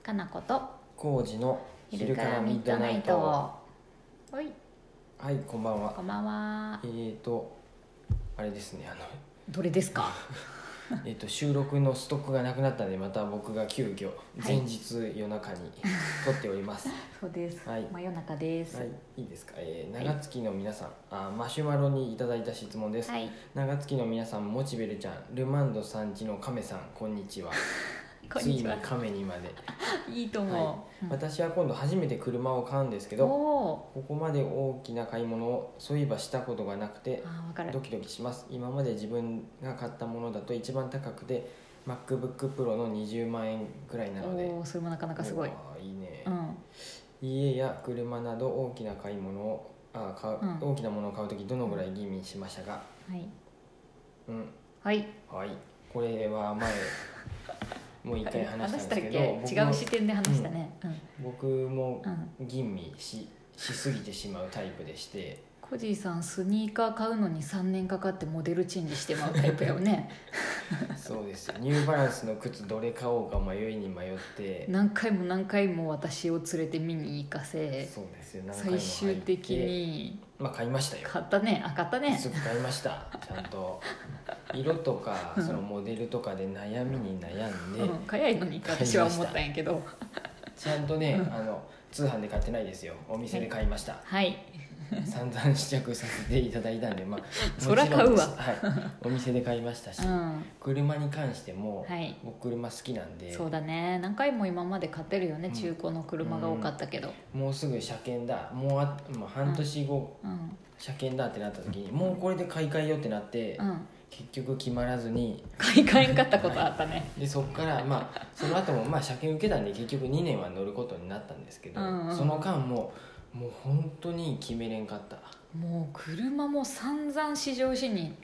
かなことコウジの昼からミッドナイト。はい、 はい、こんばんは。 こんばんは。 あれですね、 どれですか？ 収録のストックがなくなったので、また僕が急遽前日夜中に撮っております。 そうです、 はい、 真夜中です。 はい、いいですか。長月の皆さん、マシュマロにいただいた質問です。 はい、 長月の皆さん、モチベルちゃん、ルマンドさんちのカメさん、こんにちは。 こんにちは。 ついにカメにまで。 いいと思う。 はい、私は今度初めて車を買うんですけど、 ここまで大きな買い物をそういえばしたことがなくてドキドキします。今まで自分が買ったものだと一番高くて MacBook Pro の20万円くらいなので、 それもなかなかすごい。 いいね、 うん、 家や車など大きな買い物を大きなものを買うときどのぐらい吟味しましたが、 はい、 はい、これは前もう一回話したんですけど、 違う視点で話したね。 僕も吟味しすぎてしまうタイプでして、 コジーさんスニーカー買うのに3年かかってモデルチェンジしてまうタイプよね。 そうですよ。ニューバランスの靴どれ買おうか迷いに迷って何回も何回も私を連れて見に行かせ、 そうですよ、何回も最終的に買いましたよ。 買ったね。買ったね。 すぐ買いました。ちゃんと色とかそのモデルとかで悩みに悩んで、 早いのに私は思ったんやけど、 ちゃんとね、通販で買ってないですよ。お店で買いました。 はい、 散々試着させていただいたんで、 そら買うわ。 はい、お店で買いましたし、車に関しても、僕車好きなんで。 そうだね、何回も今まで買ってるよね。中古の車が多かったけど、 もうすぐ車検だ、もう半年後、車検だってなった時にもうこれで買い替えようってなって、結局決まらずに買い替えんかったことあったね。 でそっからその後も車検受けたんで結局2年は乗ることになったんですけど、その間もう本当に決めれんかった。 もう車も散々試乗しに行って、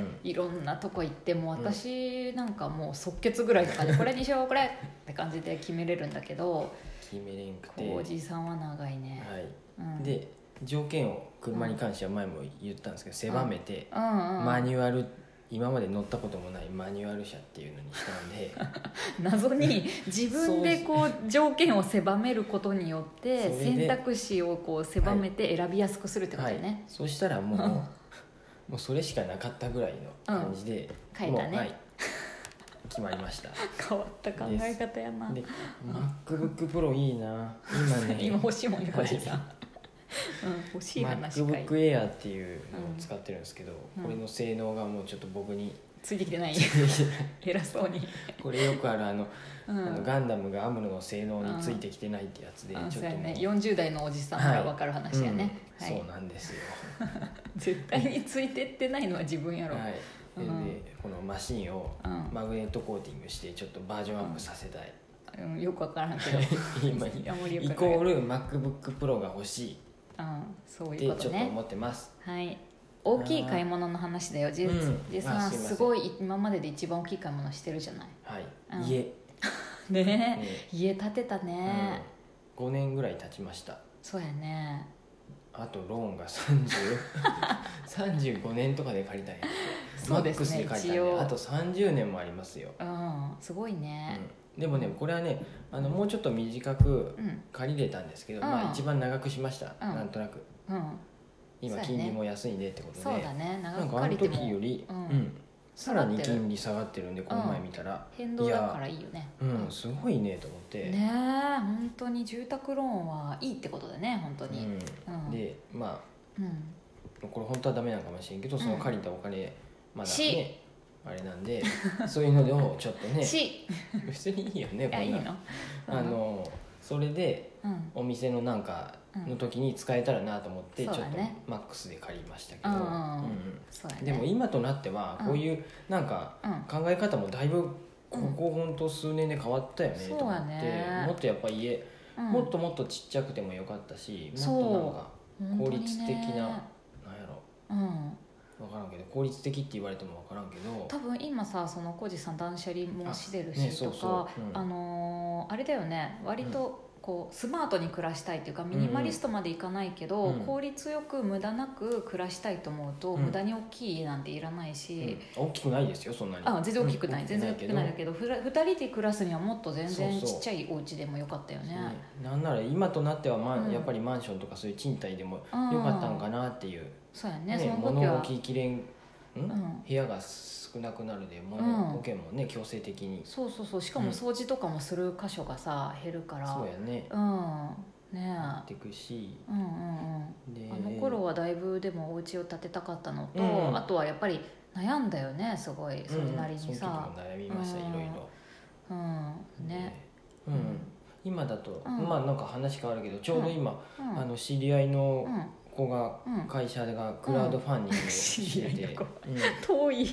いろんなとこ行っても私なんかもう即決ぐらいとかでこれにしようこれって感じで決めれるんだけど、 決めれんくて、 おじさんは長いね。 で条件を車に関しては前も言ったんですけど、狭めて、マニュアル、今まで乗ったこともないマニュアル車っていうのにしたんで謎に自分でこう条件を狭めることによって選択肢をこう狭めて選びやすくするってことだよね。 そしたらもうそれしかなかったぐらいの感じで、 変えたね。 決まりました。 変わった考え方やな。 で MacBook Pro いいな今ね。 今欲しいもんね、おじさん。欲しい話かい。 MacBook Air っていうのを使ってるんですけど、これの性能がもうちょっと僕についてきてない。偉そうに。 これよくあるガンダムがアムロの性能についてきてないってやつで、ちょっとね、40代のおじさんが分かる話やね。 そうなんですよ。 絶対についてってないのは自分やろ。 でこのマシンをマグネットコーティングしてちょっとバージョンアップさせたい。 よく分からんけど今イコール MacBook Pro が欲しいそういうことね。 ちょっと思ってます。 大きい買い物の話だよ。ジェさんすごい今までで一番大きい買い物してるじゃない。 家ね、家建てたね。 5年ぐらい経ちました。 そうやね。 あとローンが35年とかで借りたんや。 そうですね、 マックスで借りたんであと30年もありますよ。 すごいね。 でもね、これはねもうちょっと短く借りれたんですけど、一番長くしました。なんとなく今金利も安いんでってことで、 そうだね、長なんかあの時よりさらに金利下がってるんで、この前見たら変動だからいいよね。 すごいねと思ってね。本当に住宅ローンはいいってことだね、本当に。 でこれ本当はダメなのかもしれんけど、その借りたお金まだねあれなんで、そういうのでもちょっとね別にいいよね、こんな。 いいの？ それでお店のなんかの時に使えたらなと思ってちょっとマックスで借りましたけど、でも今となってはこういうなんか考え方もだいぶここ本当数年で変わったよねと思って、もっとやっぱ家もっともっとちっちゃくてもよかったし、もっとなんか効率的な、なんやろ分からんけど、効率的って言われても分からんけど、 多分今さ、その浩司さん断捨離もしてるしとか、あれだよね、割とこうスマートに暮らしたいというかミニマリストまでいかないけど、効率よく無駄なく暮らしたいと思うと、無駄に大きい家なんていらないし、 大きくないですよそんなに。 全然大きくない、全然大きくないけど、2人で暮らすにはもっと全然ちっちゃいお家でもよかったよね。 なんなら今となっては、やっぱりマンションとかそういう賃貸でもよかったんかなっていう、 そうやね、その時物は置ききれん、部屋が少なくなるで物置けんもね、強制的に。 そうしかも掃除とかもする箇所がさ減るから、 そうやね、 ねなってくし、 であの頃はだいぶでもお家を建てたかったのと、あとはやっぱり悩んだよね、すごいそれなりにさ、 その時も悩みました、いろいろ。 ね、 今だと、まあなんか話変わるけど、ちょうど今、知り合いの子が、会社がクラウドファンディングをしてて、 遠い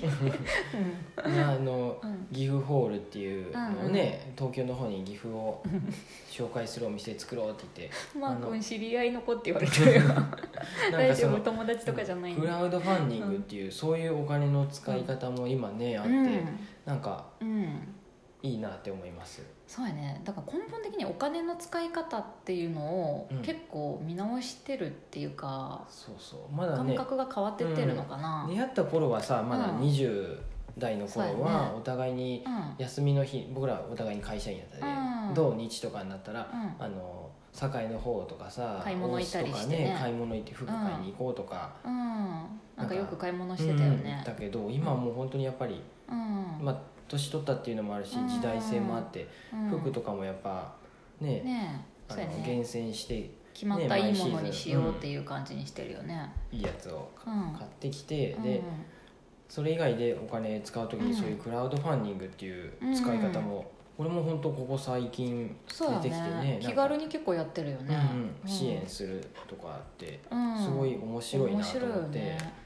岐阜ホールっていうのをね、東京の方に岐阜を紹介するお店作ろうって言ってマー君知り合いの子って言われてるよ大丈夫、友達とかじゃない。 クラウドファンディングっていう、そういうお金の使い方も今ねあって、なんかいいなって思います。 そうやね、だから根本的にお金の使い方っていうのを結構見直してるっていうか、 まだね感覚が変わってってるのかな。 出会った頃はさ、まだ20代の頃はお互いに休みの日、僕らお互いに会社員やったで、土日とかになったら堺の方とかさ、 買い物行ったりしてね、 買い物行って服買いに行こうとか、 なんかよく買い物してたよね。 だけど今はもう本当にやっぱり、まあ年取ったっていうのもあるし、時代性もあって、服とかもやっぱね厳選して決まったいいものにしようっていう感じにしてるよね。 いいやつを買ってきて、でそれ以外でお金使う時にそういうクラウドファンディングっていう使い方も、俺も本当ここ最近出てきてね、 気軽に結構やってるよね。 支援するとかあって、すごい面白いなと思って。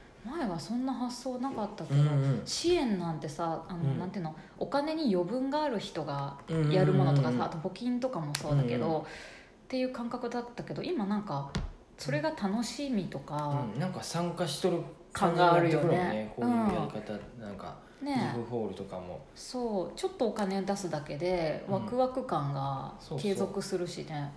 前はそんな発想なかったけど、支援なんてさ、なんていうの、お金に余分がある人がやるものとかさ、あと募金とかもそうだけど、っていう感覚だったけど、今なんかそれが楽しみとか、 なんか参加しとる感があるよね。 こういうやり方、なんかギフホールとかもそうちょっとお金出すだけでワクワク感が継続するしね。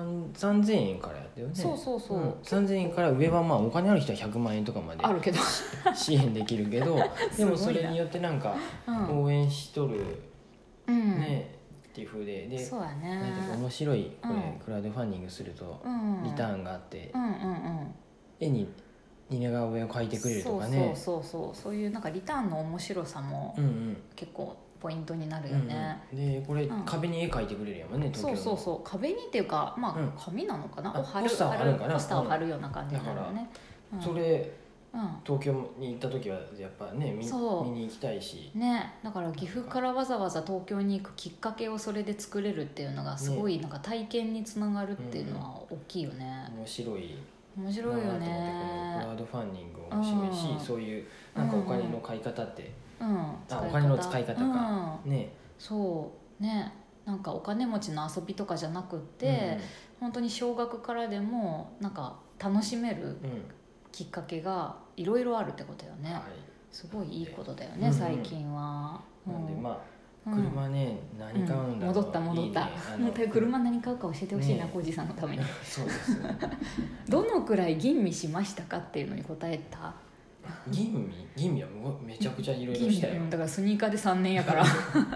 3000円からやったよね。 そう、 3000円から上はまあお金ある人は100万円とかまであるけど支援できるけどでもそれによってなんか応援しとる、ねっていう風で、 そうやね、 なんか面白いこれ、クラウドファンディングするとリターンがあって、絵に似顔絵を描いてくれるとかね。 そういうなんかリターンの面白さも結構ポイントになるよね。 でこれ、壁に絵描いてくれるやもんね、東京の。 そう壁にっていうか、まあ紙なのかな、 ポスターあるんかな、 ポスターを貼るような感じになるよね。 それ東京に行った時はやっぱね見に行きたいしね。だから岐阜からわざわざ東京に行くきっかけをそれで作れるっていうのがすごいなんか体験につながるっていうのは大きいよね。 面白いよね。 このクラウドファンディング面白いし、そういうなんかお金の買い方って、お金の使い方か、ね。 そうね、なんかお金持ちの遊びとかじゃなくて、本当に少額からでもなんか楽しめるきっかけがいろいろあるってことよね。すごいいいことだよね、最近は。 なんでまあ車ね、何買うんだろう。 戻った車何買うか教えてほしいな、コージさんのために。 そうですどのくらい吟味しましたかっていうのに答えた。 吟味はめちゃくちゃいろいろしたよ。 だからスニーカーで3年やから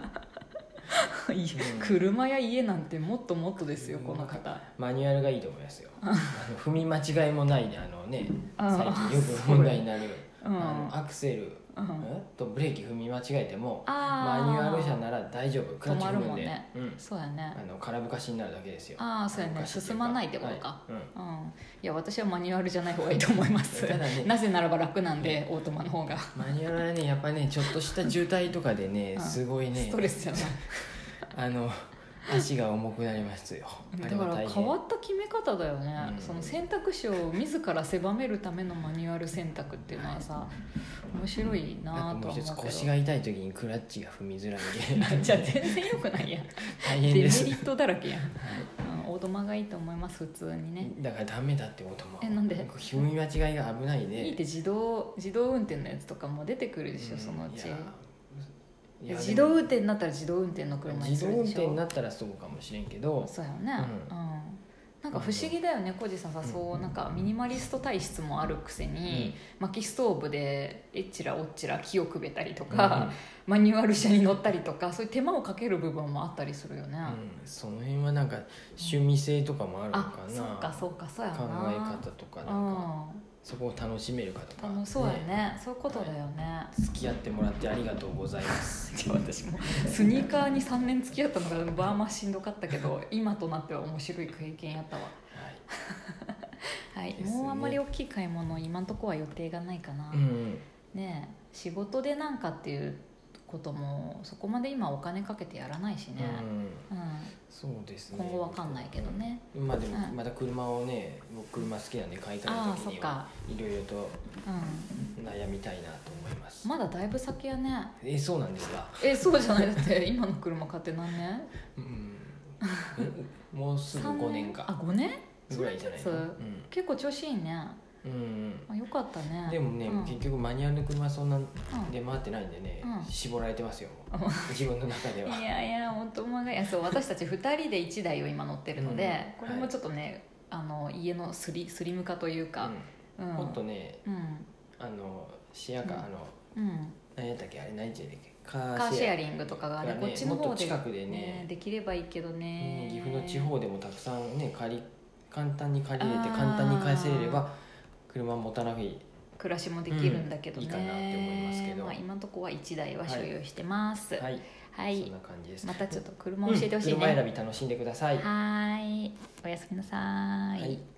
車や家なんてもっともっとですよ、この方。 マニュアルがいいと思いますよ。踏み間違いもないで、最近よく問題になるアクセルとブレーキ踏み間違えてもマニュアル車なら大丈夫、クラッチ踏むんで、 そうやね、 空ぶかしになるだけですよ。 そうやね、進まないってことか。いや私はマニュアルじゃない方がいいと思いますなぜならば楽なんで、オートマの方が。 マニュアルはね、やっぱね、ちょっとした渋滞とかでね、すごいねストレスじゃない足が重くなりますよ。 だから変わった決め方だよね、その選択肢を自ら狭めるためのマニュアル選択っていうのはさ、面白いなとは思うけど。 腰が痛い時にクラッチが踏みづらいじゃあ全然よくないやん大変です。 デメリットだらけやん、オートマがいいと思います、普通にね。 だからダメだって、オートマなんで踏み間違いが危ないで。 いいって、自動運転のやつとかも出てくるでしょ、そのうち。 自動運転になったら自動運転の車にするでしょ。 自動運転になったらそうかもしれんけど、 そうやね、なんか不思議だよね、コジさんさ、そうなんかミニマリスト体質もあるくせに、薪ストーブでえっちらおっちら木をくべたりとか、マニュアル車に乗ったりとか、そういう手間をかける部分もあったりするよね、 その辺はなんか趣味性とかもあるのかな、 そうかそうやな、 考え方とかなんか、そこを楽しめるかとか、 そうやね、そういうことだよね、 付き合ってもらってありがとうございます私もスニーカーに3年付き合ったのがバーマしんどかったけど今となっては面白い経験やったわ。はい、もうあんまり大きい買い物今んとこは予定がないかな、ねえ、仕事でなんかっていうこともそこまで今お金かけてやらないしね、 そうですね、 今後わかんないけどね、 でもまた車をね、僕車好きなんで買い替える時にはいろいろと悩みたいなと思います。 まだだいぶ先やね。 そうなんですか。 そうじゃない、だって今の車買って何年？ もうすぐ5年か。 5年ぐらいじゃないの？ 結構調子いいね。よかったね。 でもね、結局マニュアルの車そんな出回ってないんでね、絞られてますよ、自分の中では。いや本当そう、私たち2人で1台を今乗ってるので、これもちょっとね、家のスリム化というか、 もっとね、シェアか何やったっけ、あれ何て言うんだっけ、カーシェアリングとかがね、こっちの方で近くでねできればいいけどね、 岐阜の地方でもたくさんね、簡単に借りれて簡単に返せれば車持たなくていい暮らしもできるんだけどね、 いいかなって思いますけど、 今のところは1台は所有してます。 はい、そんな感じです。 またちょっと車教えてほしいね。 車選び楽しんでください。 はい、おやすみなさい。